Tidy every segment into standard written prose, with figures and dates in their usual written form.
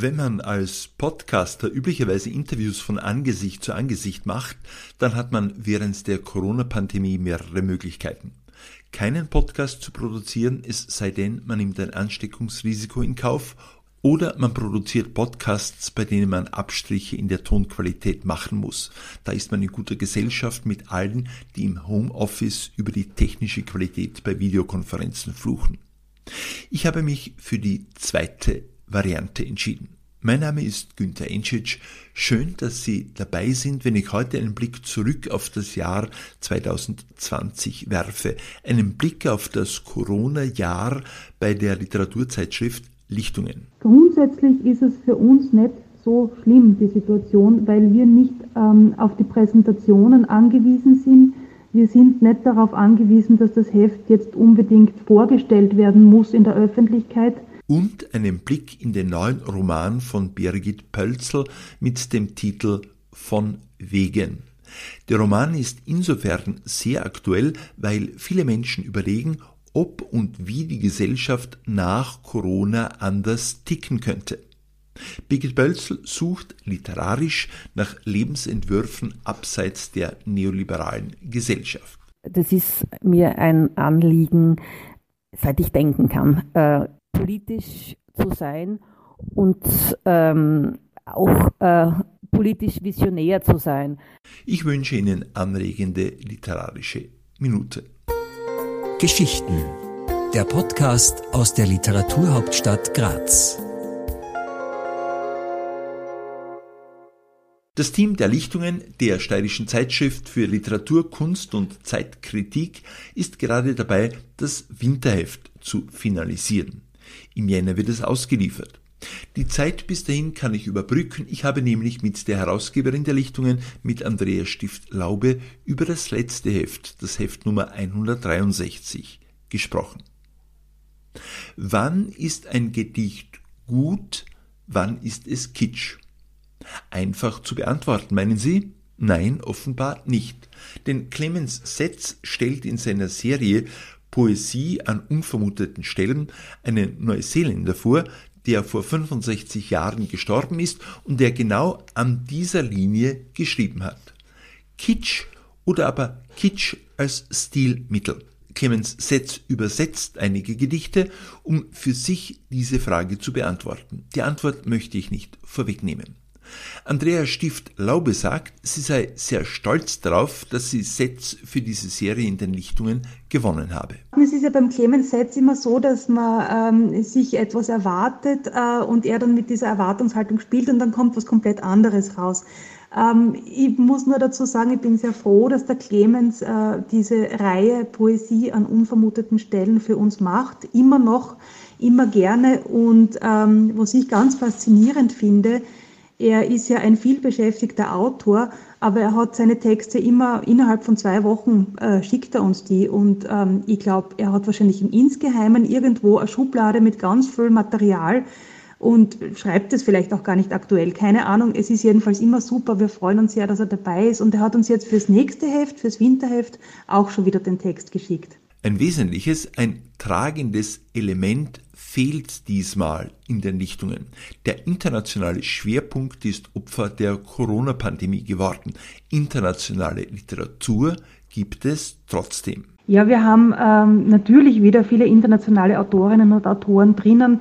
Wenn man als Podcaster üblicherweise Interviews von Angesicht zu Angesicht macht, dann hat man während der Corona-Pandemie mehrere Möglichkeiten. Keinen Podcast zu produzieren, es sei denn, man nimmt ein Ansteckungsrisiko in Kauf, oder man produziert Podcasts, bei denen man Abstriche in der Tonqualität machen muss. Da ist man in guter Gesellschaft mit allen, die im Homeoffice über die technische Qualität bei Videokonferenzen fluchen. Ich habe mich für die zweite Variante entschieden. Mein Name ist Günther Enschitsch. Schön, dass Sie dabei sind, wenn ich heute einen Blick zurück auf das Jahr 2020 werfe. Einen Blick auf das Corona-Jahr bei der Literaturzeitschrift Lichtungen. Grundsätzlich ist es für uns nicht so schlimm, die Situation, weil wir nicht auf die Präsentationen angewiesen sind. Wir sind nicht darauf angewiesen, dass das Heft jetzt unbedingt vorgestellt werden muss in der Öffentlichkeit. Und einen Blick in den neuen Roman von Birgit Pölzl mit dem Titel Von wegen. Der Roman ist insofern sehr aktuell, weil viele Menschen überlegen, ob und wie die Gesellschaft nach Corona anders ticken könnte. Birgit Pölzl sucht literarisch nach Lebensentwürfen abseits der neoliberalen Gesellschaft. Das ist mir ein Anliegen, seit ich denken kann, politisch zu sein und auch politisch visionär zu sein. Ich wünsche Ihnen anregende literarische Minute. Geschichten. Der Podcast aus der Literaturhauptstadt Graz. Das Team der Lichtungen, der Steirischen Zeitschrift für Literatur, Kunst und Zeitkritik, ist gerade dabei, das Winterheft zu finalisieren. Im Jänner wird es ausgeliefert. Die Zeit bis dahin kann ich überbrücken. Ich habe nämlich mit der Herausgeberin der Lichtungen, mit Andrea Stift-Laube, über das letzte Heft, das Heft Nummer 163, gesprochen. Wann ist ein Gedicht gut, wann ist es Kitsch? Einfach zu beantworten, meinen Sie? Nein, offenbar nicht. Denn Clemens Setz stellt in seiner Serie Poesie an unvermuteten Stellen einen Neuseeländer vor, der vor 65 Jahren gestorben ist und der genau an dieser Linie geschrieben hat. Kitsch oder aber Kitsch als Stilmittel. Clemens Setz übersetzt einige Gedichte, um für sich diese Frage zu beantworten. Die Antwort möchte ich nicht vorwegnehmen. Andrea Stift-Laube sagt, sie sei sehr stolz darauf, dass sie Setz für diese Serie in den Lichtungen gewonnen habe. Es ist ja beim Clemens Setz immer so, dass man sich etwas erwartet und er dann mit dieser Erwartungshaltung spielt und dann kommt was komplett anderes raus. Ich muss nur dazu sagen, ich bin sehr froh, dass der Clemens diese Reihe Poesie an unvermuteten Stellen für uns macht. Immer noch, immer gerne. Und was ich ganz faszinierend finde, er ist ja ein vielbeschäftigter Autor, aber er hat seine Texte immer innerhalb von 2 Wochen schickt er uns die. Und ich glaube, er hat wahrscheinlich im Insgeheimen irgendwo eine Schublade mit ganz viel Material und schreibt es vielleicht auch gar nicht aktuell. Keine Ahnung, es ist jedenfalls immer super. Wir freuen uns sehr, dass er dabei ist. Und er hat uns jetzt fürs nächste Heft, fürs Winterheft, auch schon wieder den Text geschickt. Ein wesentliches, ein tragendes Element fehlt diesmal in den Lichtungen. Der internationale Schwerpunkt ist Opfer der Corona-Pandemie geworden. Internationale Literatur gibt es trotzdem. Ja, wir haben natürlich wieder viele internationale Autorinnen und Autoren drinnen.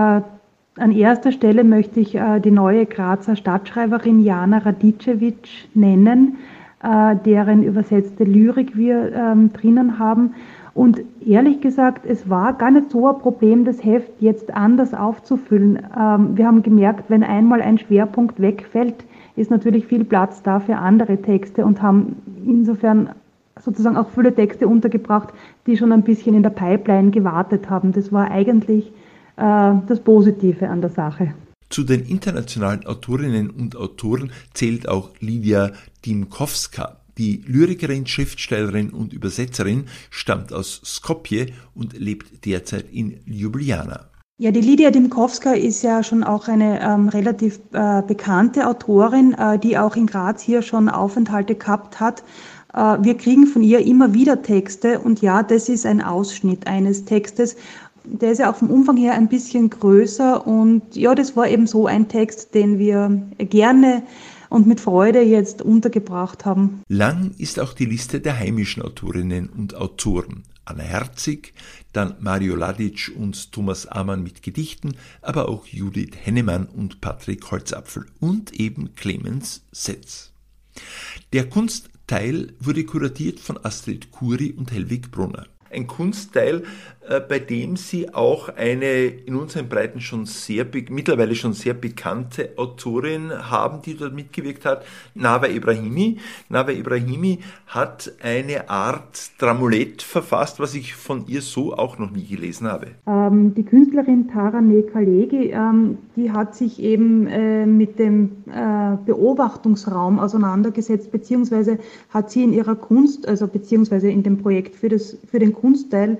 An erster Stelle möchte ich die neue Grazer Stadtschreiberin Jana Radicevic nennen, deren übersetzte Lyrik wir drinnen haben. Und ehrlich gesagt, es war gar nicht so ein Problem, das Heft jetzt anders aufzufüllen. Wir haben gemerkt, wenn einmal ein Schwerpunkt wegfällt, ist natürlich viel Platz da für andere Texte und haben insofern sozusagen auch viele Texte untergebracht, die schon ein bisschen in der Pipeline gewartet haben. Das war eigentlich das Positive an der Sache. Zu den internationalen Autorinnen und Autoren zählt auch Lidia Dimkovska. Die Lyrikerin, Schriftstellerin und Übersetzerin stammt aus Skopje und lebt derzeit in Ljubljana. Ja, die Lidia Dimkovska ist ja schon auch eine relativ bekannte Autorin, die auch in Graz hier schon Aufenthalte gehabt hat. Wir kriegen von ihr immer wieder Texte und ja, das ist ein Ausschnitt eines Textes, der ist ja auch vom Umfang her ein bisschen größer und ja, das war eben so ein Text, den wir gerne und mit Freude jetzt untergebracht haben. Lang ist auch die Liste der heimischen Autorinnen und Autoren. Anna Herzig, dann Mario Ladic und Thomas Amann mit Gedichten, aber auch Judith Hennemann und Patrick Holzapfel und eben Clemens Setz. Der Kunstteil wurde kuratiert von Astrid Kuri und Helwig Brunner. Ein Kunstteil, bei dem Sie auch eine in unseren Breiten mittlerweile schon sehr bekannte Autorin haben, die dort mitgewirkt hat, Nawa Ebrahimi. Nawa Ebrahimi hat eine Art Dramulett verfasst, was ich von ihr so auch noch nie gelesen habe. Die Künstlerin Taraneh Kalegi, die hat sich eben mit dem Beobachtungsraum auseinandergesetzt, beziehungsweise hat sie in ihrer Kunst, also beziehungsweise in dem Projekt für den Kunstteil,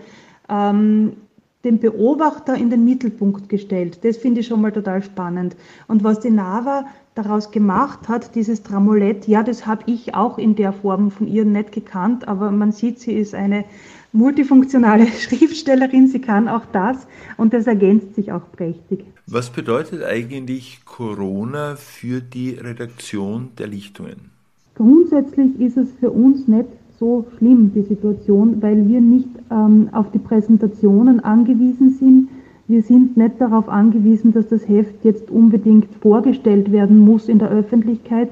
den Beobachter in den Mittelpunkt gestellt. Das finde ich schon mal total spannend. Und was die Nawa daraus gemacht hat, dieses Dramulett, ja, das habe ich auch in der Form von ihr nicht gekannt, aber man sieht, sie ist eine multifunktionale Schriftstellerin, sie kann auch das und das ergänzt sich auch prächtig. Was bedeutet eigentlich Corona für die Redaktion der Lichtungen? Grundsätzlich ist es für uns nicht so schlimm, die Situation, weil wir nicht auf die Präsentationen angewiesen sind. Wir sind nicht darauf angewiesen, dass das Heft jetzt unbedingt vorgestellt werden muss in der Öffentlichkeit.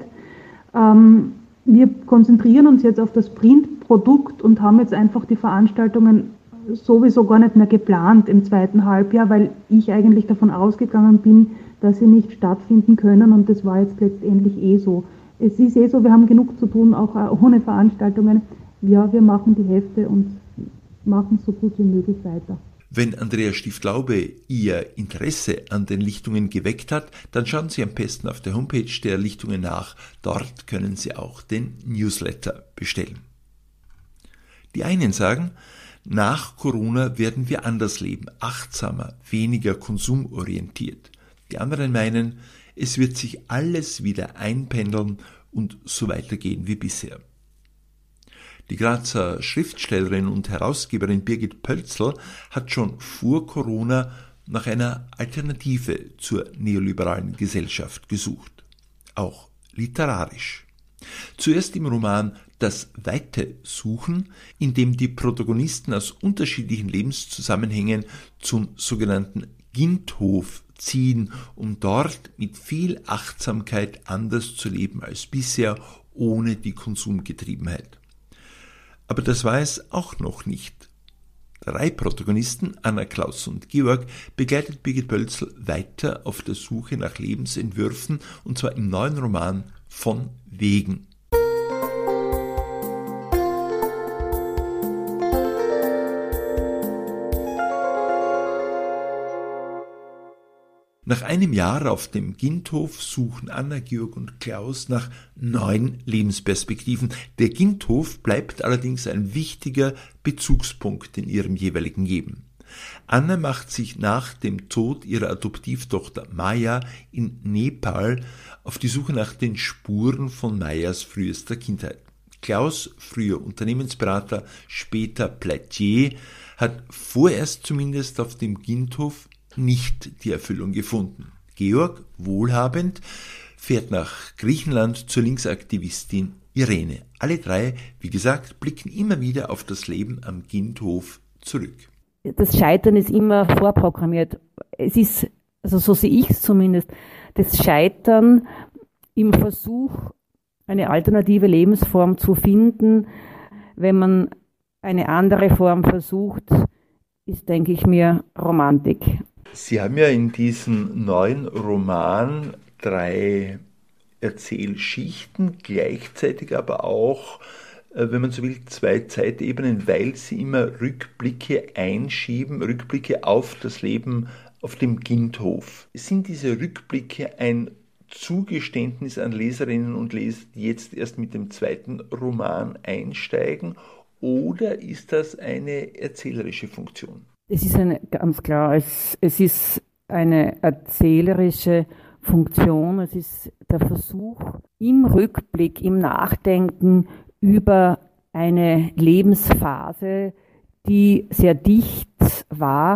Wir konzentrieren uns jetzt auf das Printprodukt und haben jetzt einfach die Veranstaltungen sowieso gar nicht mehr geplant im zweiten Halbjahr, weil ich eigentlich davon ausgegangen bin, dass sie nicht stattfinden können und das war jetzt letztendlich so. Es ist so, wir haben genug zu tun, auch ohne Veranstaltungen. Ja, wir machen die Hefte und machen so gut wie möglich weiter. Wenn Andrea Stift-Laube Ihr Interesse an den Lichtungen geweckt hat, dann schauen Sie am besten auf der Homepage der Lichtungen nach. Dort können Sie auch den Newsletter bestellen. Die einen sagen, nach Corona werden wir anders leben, achtsamer, weniger konsumorientiert. Die anderen meinen, es wird sich alles wieder einpendeln und so weitergehen wie bisher. Die Grazer Schriftstellerin und Herausgeberin Birgit Pölzl hat schon vor Corona nach einer Alternative zur neoliberalen Gesellschaft gesucht, auch literarisch. Zuerst im Roman Das Weite suchen, in dem die Protagonisten aus unterschiedlichen Lebenszusammenhängen zum sogenannten Ginthof ziehen, um dort mit viel Achtsamkeit anders zu leben als bisher, ohne die Konsumgetriebenheit. Aber das war es auch noch nicht. 3 Protagonisten, Anna, Klaus und Georg, begleitet Birgit Pölzl weiter auf der Suche nach Lebensentwürfen, und zwar im neuen Roman Von Wegen. Nach einem Jahr auf dem Ginthof suchen Anna, Georg und Klaus nach neuen Lebensperspektiven. Der Ginthof bleibt allerdings ein wichtiger Bezugspunkt in ihrem jeweiligen Leben. Anna macht sich nach dem Tod ihrer Adoptivtochter Maya in Nepal auf die Suche nach den Spuren von Mayas frühester Kindheit. Klaus, früher Unternehmensberater, später Pleitier, hat vorerst zumindest auf dem Ginthof nicht die Erfüllung gefunden. Georg, wohlhabend, fährt nach Griechenland zur Linksaktivistin Irene. Alle 3, wie gesagt, blicken immer wieder auf das Leben am Ginthof zurück. Das Scheitern ist immer vorprogrammiert. Es ist, also so sehe ich es zumindest, das Scheitern im Versuch, eine alternative Lebensform zu finden, wenn man eine andere Form versucht, ist, denke ich mir, Romantik. Sie haben ja in diesem neuen Roman 3 Erzählschichten, gleichzeitig aber auch, wenn man so will, 2 Zeitebenen, weil Sie immer Rückblicke einschieben, Rückblicke auf das Leben auf dem Ginthof. Sind diese Rückblicke ein Zugeständnis an Leserinnen und Leser, die jetzt erst mit dem 2. Roman einsteigen, oder ist das eine erzählerische Funktion? Es ist ganz klar, es ist eine erzählerische Funktion, es ist der Versuch, im Rückblick, im Nachdenken über eine Lebensphase, die sehr dicht war,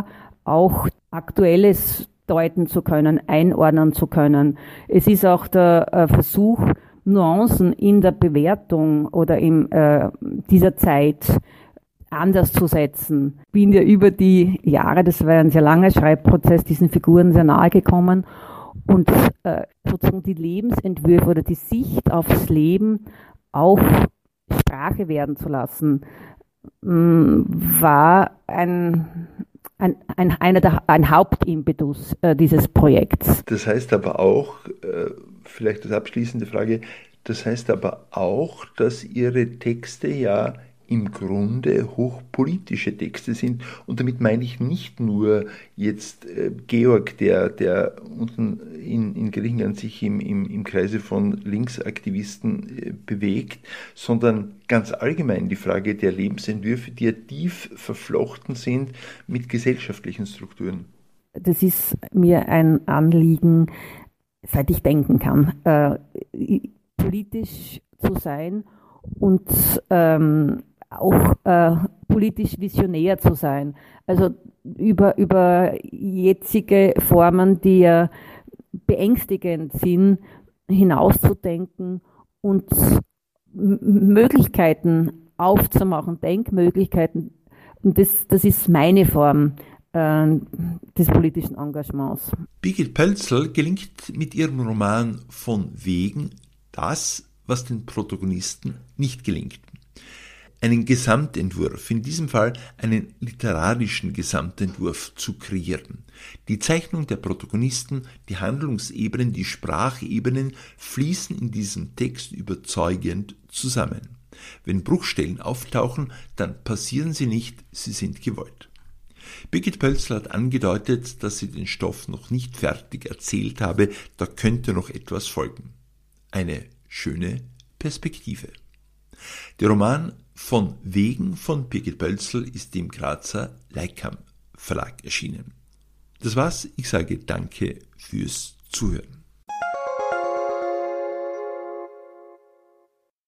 auch Aktuelles deuten zu können, einordnen zu können. Es ist auch der Versuch, Nuancen in der Bewertung oder in dieser Zeit anders zu setzen. Ich bin ja über die Jahre, das war ein sehr langer Schreibprozess, diesen Figuren sehr nahe gekommen und sozusagen die Lebensentwürfe oder die Sicht aufs Leben auch Sprache werden zu lassen, war ein Hauptimpetus dieses Projekts. Das heißt aber auch, vielleicht als abschließende Frage, das heißt aber auch, dass Ihre Texte ja im Grunde hochpolitische Texte sind. Und damit meine ich nicht nur jetzt Georg, der unten in Griechenland sich im Kreise von Linksaktivisten bewegt, sondern ganz allgemein die Frage der Lebensentwürfe, die ja tief verflochten sind mit gesellschaftlichen Strukturen. Das ist mir ein Anliegen, seit ich denken kann, politisch zu sein und auch politisch visionär zu sein. Also über jetzige Formen, die ja beängstigend sind, hinauszudenken und Möglichkeiten aufzumachen, Denkmöglichkeiten. Und das ist meine Form des politischen Engagements. Birgit Pölzl gelingt mit ihrem Roman Von Wegen das, was den Protagonisten nicht gelingt. Einen Gesamtentwurf, in diesem Fall einen literarischen Gesamtentwurf zu kreieren. Die Zeichnung der Protagonisten, die Handlungsebenen, die Sprachebenen fließen in diesem Text überzeugend zusammen. Wenn Bruchstellen auftauchen, dann passieren sie nicht, sie sind gewollt. Birgit Pölzl hat angedeutet, dass sie den Stoff noch nicht fertig erzählt habe, da könnte noch etwas folgen. Eine schöne Perspektive. Der Roman Von Wegen von Birgit Pölzl ist im Grazer Leikam Verlag erschienen. Das war's, ich sage danke fürs Zuhören.